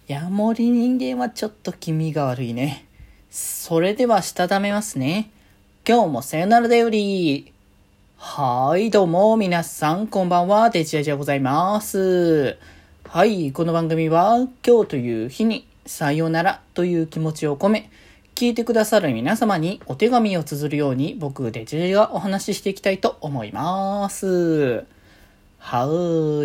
ヤモリ人間はちょっと気味が悪いね。それではしたためますね。今日もさよならだより。はい、どうも皆さんこんばんは、デジェジでございます。はい、この番組は今日という日にさよならという気持ちを込め、聞いてくださる皆様にお手紙を綴るように僕デジェジがお話ししていきたいと思います。はい。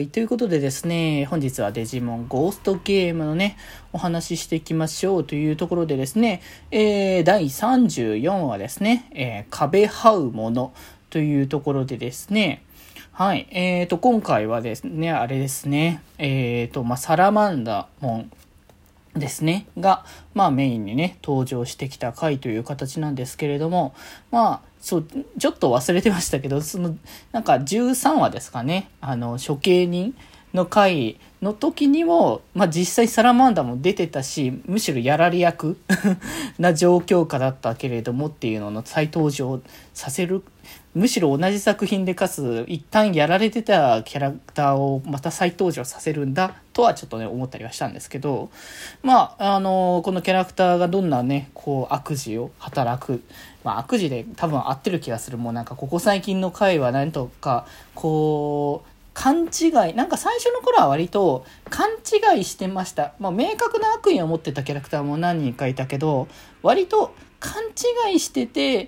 ということでですね、本日はデジモンゴーストゲームのね、お話ししていきましょうというところでですね、第34話ですね、壁這うものというところでですね、はい。今回はですね、あれですね、サラマンダモンですね、が、メインにね、登場してきた回という形なんですけれども、ちょっと忘れてましたけど、13話ですかね、処刑人の回の時にも、実際サラマンダも出てたし、むしろやられ役な状況下だったけれどもっていうのの再登場させる、むしろ同じ作品でかつ一旦やられてたキャラクターをまた再登場させるんだとはちょっとね思ったりはしたんですけど、このキャラクターがどんなね悪事を働く、悪事で多分合ってる気がする。もうここ最近の回はなんとか勘違い、最初の頃は割と勘違いしてました。明確な悪意を持ってたキャラクターも何人かいたけど、割と勘違いしてて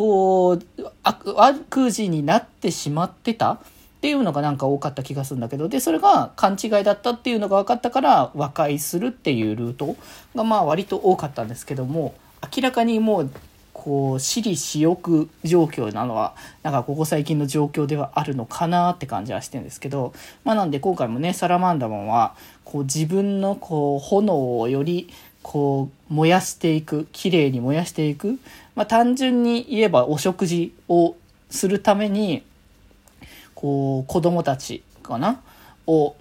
悪事になってしまってたっていうのが多かった気がするんだけど、でそれが勘違いだったっていうのが分かったから和解するっていうルートが割と多かったんですけども、明らかにもう私利私欲状況なのはここ最近の状況ではあるのかなって感じはしてるんですけど、なんで今回もねサラマンダモンは自分の炎をより燃やしていく、綺麗に燃やしていく、単純に言えばお食事をするために子供たちかなを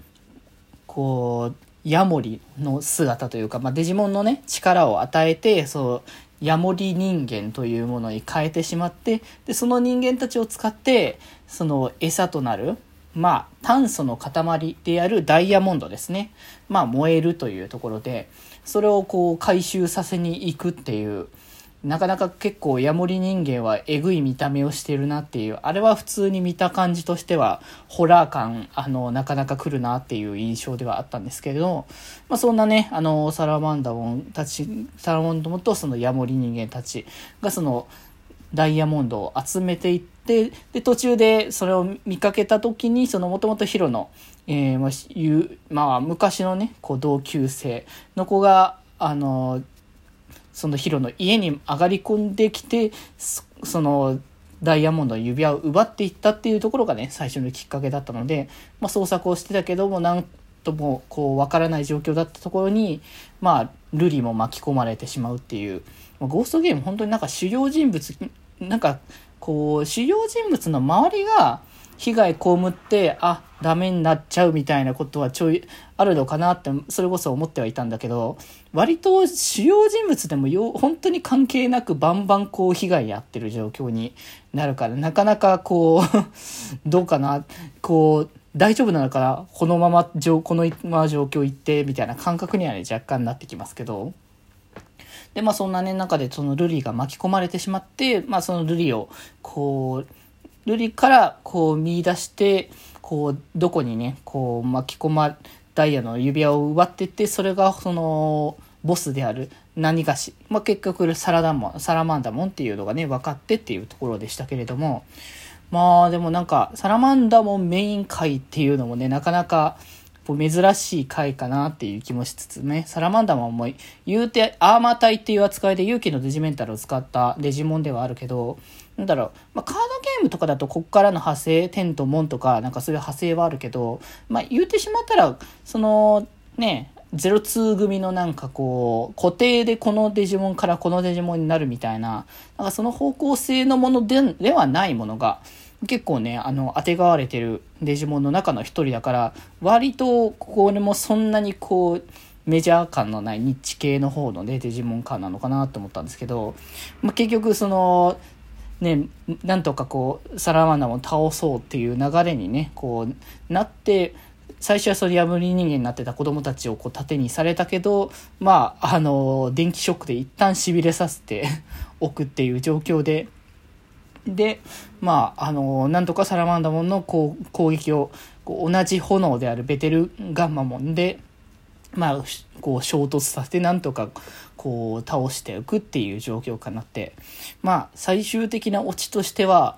ヤモリの姿というか、デジモンのね力を与えてヤモリ人間というものに変えてしまって、でその人間たちを使ってその餌となる炭素の塊であるダイヤモンドですね、燃えるというところでそれを回収させに行くっていう、なかなか結構ヤモリ人間はえぐい見た目をしてるなっていう、あれは普通に見た感じとしてはホラー感なかなか来るなっていう印象ではあったんですけれど、そんなねサラマンダモンとそのヤモリ人間たちがそのダイヤモンドを集めていって、で途中でそれを見かけた時にもともとヒロの、昔のね同級生の子がそのヒロの家に上がり込んできてそのダイヤモンドの指輪を奪っていったっていうところがね最初のきっかけだったので、捜索をしてたけどもなんともわからない状況だったところにルリも巻き込まれてしまうっていう、ゴーストゲーム本当に主要人物主要人物の周りが被害被ってダメになっちゃうみたいなことはちょいあるのかなってそれこそ思ってはいたんだけど、割と主要人物でも本当に関係なくバンバン被害やってる状況になるから、なかなかどうかな大丈夫なのかな、このまま状況行ってみたいな感覚にはね若干なってきますけど、でそんなね中でそのルリが巻き込まれてしまって、そのルリをルリから見出してどこにね巻き込ダイヤの指輪を奪っていって、それがそのボスである何がし、結局サラマンダモンっていうのがね分かってっていうところでしたけれども、でもサラマンダモンメイン回っていうのもねなかなか珍しい回かなっていう気もしつつね、サラマンダモンも言うてアーマー隊っていう扱いで勇気のデジメンタルを使ったデジモンではあるけど、カードゲームとかだとこっからの派生テンとモンとかそういう派生はあるけど、言うてしまったらそのね02組の固定でこのデジモンからこのデジモンになるみたいな、その方向性のものではないものが結構ね当てがわれてるデジモンの中の一人だから、割とこれもそんなにメジャー感のないニッチ系の方のねデジモン感なのかなと思ったんですけど、結局なんとかサラマンダを倒そうっていう流れにねなって最初はその破り人間になってた子供たちをこう盾にされたけど、電気ショックで一旦痺れさせておくっていう状況で、なんとかサラマンダモンの攻撃をこう同じ炎であるベテルガンマモンで、こう衝突させてなんとかこう倒していくっていう状況かなって、最終的なオチとしては、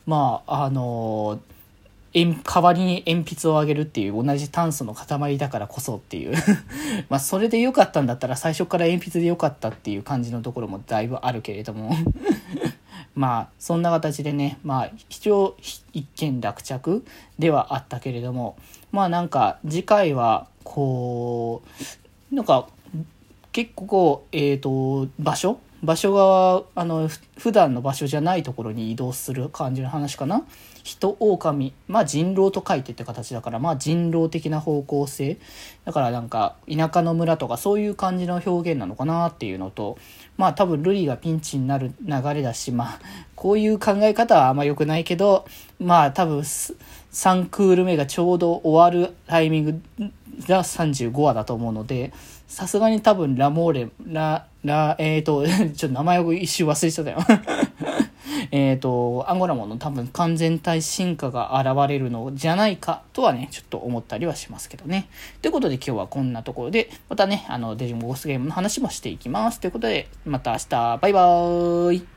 代わりに鉛筆をあげるっていう同じ炭素の塊だからこそっていうそれで良かったんだったら最初から鉛筆で良かったっていう感じのところもだいぶあるけれどもそんな形でね、一応一件落着ではあったけれども、なんか次回はこうなんか結構場所が普段の場所じゃないところに移動する感じの話かな。人狼、人狼と書いてって形だから、人狼的な方向性だから、なんか田舎の村とかそういう感じの表現なのかなっていうのと、多分ルリがピンチになる流れだし、こういう考え方はあんま良くないけど、多分3クール目がちょうど終わるタイミングが35話だと思うので、さすがに多分ラモーレちょっと名前を一瞬忘れちゃったよアンゴラモンの多分完全体進化が現れるのじゃないかとはね、ちょっと思ったりはしますけどね。ということで今日はこんなところで、またね、デジモンゴーストゲームの話もしていきます。ということで、また明日、バイバーイ。